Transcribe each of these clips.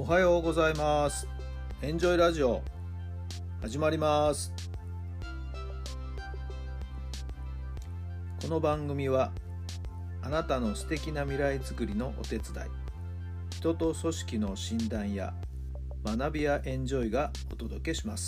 おはようございます。エンジョイラジオ始まります。この番組はあなたの素敵な未来づくりのお手伝い、人と組織の診断や学びやエンジョイがお届けします。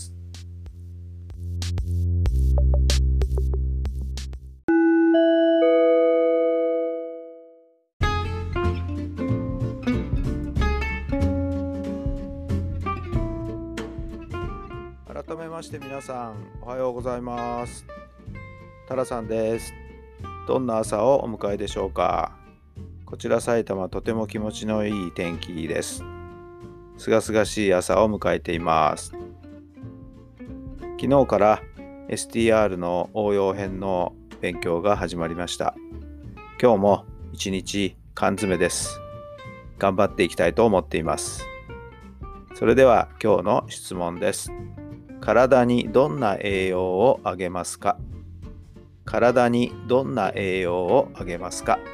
改めまして皆さんおはようございます。タラさんです。どんな朝をお迎えでしょうか。こちら埼玉、とても気持ちのいい天気です。すがすがしい朝を迎えています。昨日から STR の応用編の勉強が始まりました。今日も一日缶詰です。頑張っていきたいと思っています。それでは今日の質問です。体にどんな栄養をあげますか？体にどんな栄養をあげますか？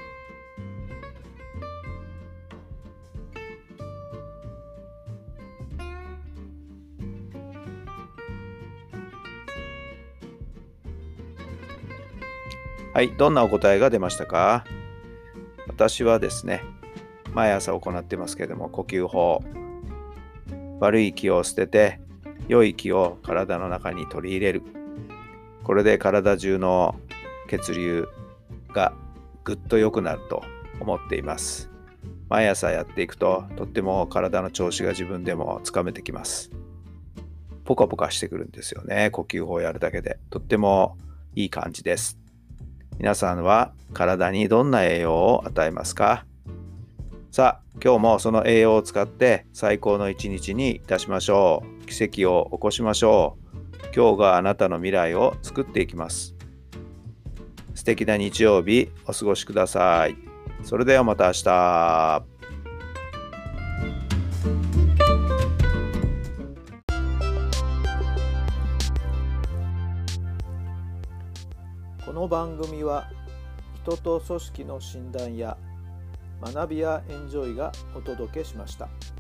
はい、どんなお答えが出ましたか？私はですね、毎朝行ってますけれども、呼吸法。悪い気を捨てて、良い気を体の中に取り入れる。これで体中の血流がぐっと良くなると思っています。毎朝やっていくと、とっても体の調子が自分でもつかめてきます。ポカポカしてくるんですよね。呼吸法をやるだけで。とってもいい感じです。皆さんは体にどんな栄養を与えますか？さあ、今日もその栄養を使って最高の一日にいたしましょう。奇跡を起こしましょう。今日があなたの未来を作っていきます。素敵な日曜日お過ごしください。それではまた明日。この番組は人と組織の診断や学びやエンジョイがお届けしました。